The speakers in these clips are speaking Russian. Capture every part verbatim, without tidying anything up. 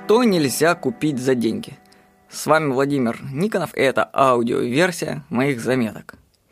Что нельзя купить за деньги? С вами Владимир Никонов, и это аудиоверсия моих заметок.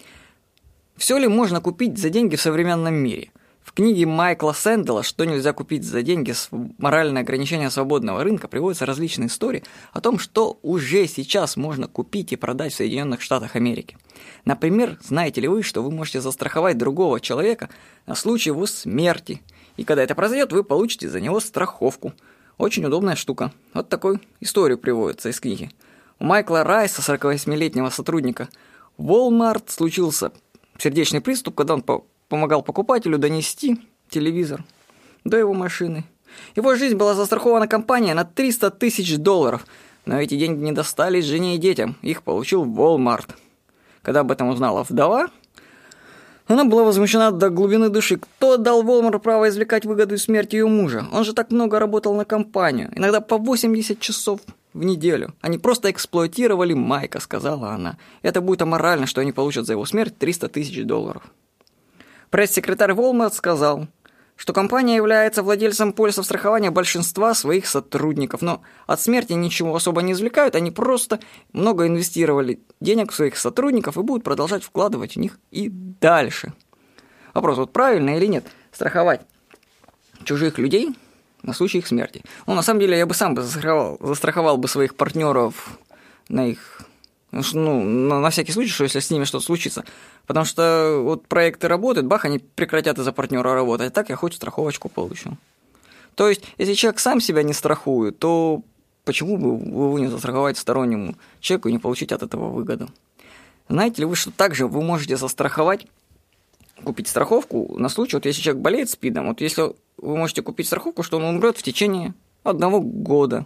Все ли можно купить за деньги в современном мире? В книге Майкла Сэндела «Что нельзя купить за деньги. Моральное ограничение свободного рынка» приводятся различные истории о том, что уже сейчас можно купить и продать в Соединенных Штатах Америки. Например, знаете ли вы, что вы можете застраховать другого человека на случай его смерти, и когда это произойдет, вы получите за него страховку. Очень удобная штука. Вот такой историю приводится из книги. У Майкла Райса, сорокавосьмилетнего сотрудника Walmart, случился сердечный приступ, когда он по- помогал покупателю донести телевизор до его машины. Его жизнь была застрахована компанией на триста тысяч долларов, но эти деньги не достались жене и детям, их получил Walmart. Когда об этом узнала вдова, она была возмущена до глубины души. Кто дал Walmart право извлекать выгоду из смерти ее мужа? Он же так много работал на компанию, иногда по восемьдесят часов в неделю. Они просто эксплуатировали Майка, сказала она. Это будет аморально, что они получат за его смерть триста тысяч долларов. Пресс-секретарь Walmart сказал, что компания является владельцем полисов страхования большинства своих сотрудников, но от смерти ничего особо не извлекают, они просто много инвестировали денег в своих сотрудников и будут продолжать вкладывать в них и дальше. Вопрос, вот правильно или нет страховать чужих людей на случай их смерти? Ну, на самом деле, я бы сам бы застраховал, застраховал бы своих партнеров на их... Ну, на, на всякий случай, что если с ними что-то случится. Потому что вот проекты работают, бах, они прекратят из-за партнера работать. А так я хоть страховочку получу. То есть, если человек сам себя не страхует, то почему бы вы не застраховать стороннему человеку и не получить от этого выгоду? Знаете ли вы, что также вы можете застраховать, купить страховку на случай, вот если человек болеет СПИДом, вот если вы можете купить страховку, что он умрет в течение одного года.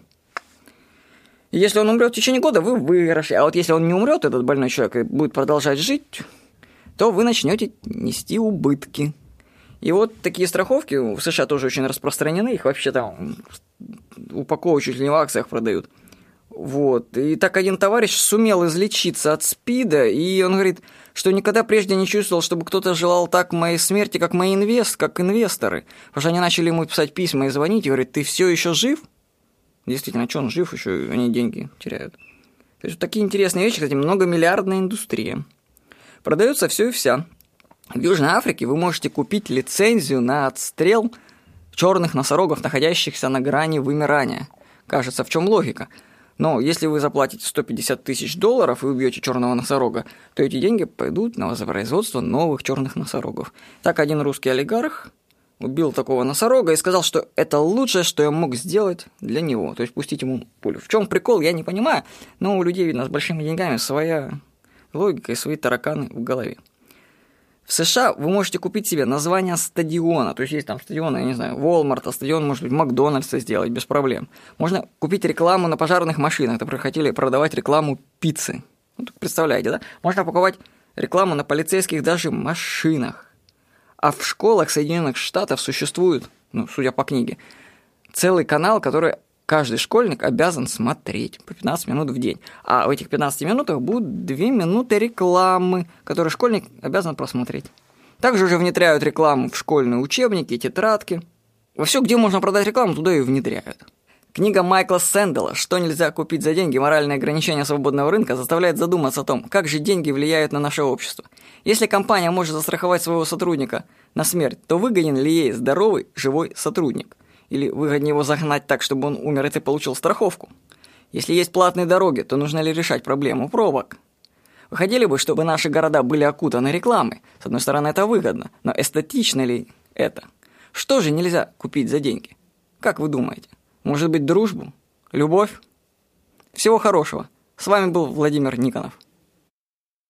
И если он умрет в течение года, вы выиграете. А вот если он не умрет, этот больной человек, и будет продолжать жить, то вы начнете нести убытки. И вот такие страховки в США тоже очень распространены, их вообще там упаковывают чуть ли не в акциях продают. Вот. И так один товарищ сумел излечиться от СПИДа, и он говорит, что никогда прежде не чувствовал, чтобы кто-то желал так моей смерти, как мои инвест, как инвесторы. Потому что они начали ему писать письма и звонить, и говорят, ты все еще жив? Действительно, что он жив еще, они деньги теряют. То есть такие интересные вещи, кстати, многомиллиардная индустрия. Продается все и вся. В Южной Африке вы можете купить лицензию на отстрел черных носорогов, находящихся на грани вымирания. Кажется, в чем логика? Но если вы заплатите сто пятьдесят тысяч долларов и убьете черного носорога, то эти деньги пойдут на воспроизводство новых черных носорогов. Так один русский олигарх убил такого носорога и сказал, что это лучшее, что я мог сделать для него. То есть пустить ему пулю. В чем прикол, я не понимаю, но у людей, видно, с большими деньгами своя логика и свои тараканы в голове. В США вы можете купить себе название стадиона. То есть есть там стадион, я не знаю, Walmart, а стадион, может быть, Макдональдса сделать без проблем. Можно купить рекламу на пожарных машинах. Например, хотели продавать рекламу пиццы. Ну, представляете, да? Можно покупать рекламу на полицейских даже машинах. А в школах Соединенных Штатов существует, ну, судя по книге, целый канал, который каждый школьник обязан смотреть по пятнадцать минут в день. А в этих пятнадцати минутах будут две минуты рекламы, которые школьник обязан просмотреть. Также уже внедряют рекламу в школьные учебники, тетрадки. Во все, где можно продать рекламу, туда и внедряют. Книга Майкла Сэндела «Что нельзя купить за деньги. Моральное ограничение свободного рынка» заставляет задуматься о том, как же деньги влияют на наше общество. Если компания может застраховать своего сотрудника на смерть, то выгоден ли ей здоровый, живой сотрудник? Или выгоднее его загнать так, чтобы он умер, и ты получил страховку? Если есть платные дороги, то нужно ли решать проблему пробок? Вы хотели бы, чтобы наши города были окутаны рекламой? С одной стороны, это выгодно, но эстетично ли это? Что же нельзя купить за деньги? Как вы думаете? Может быть, дружбу? Любовь? Всего хорошего. С вами был Владимир Никонов.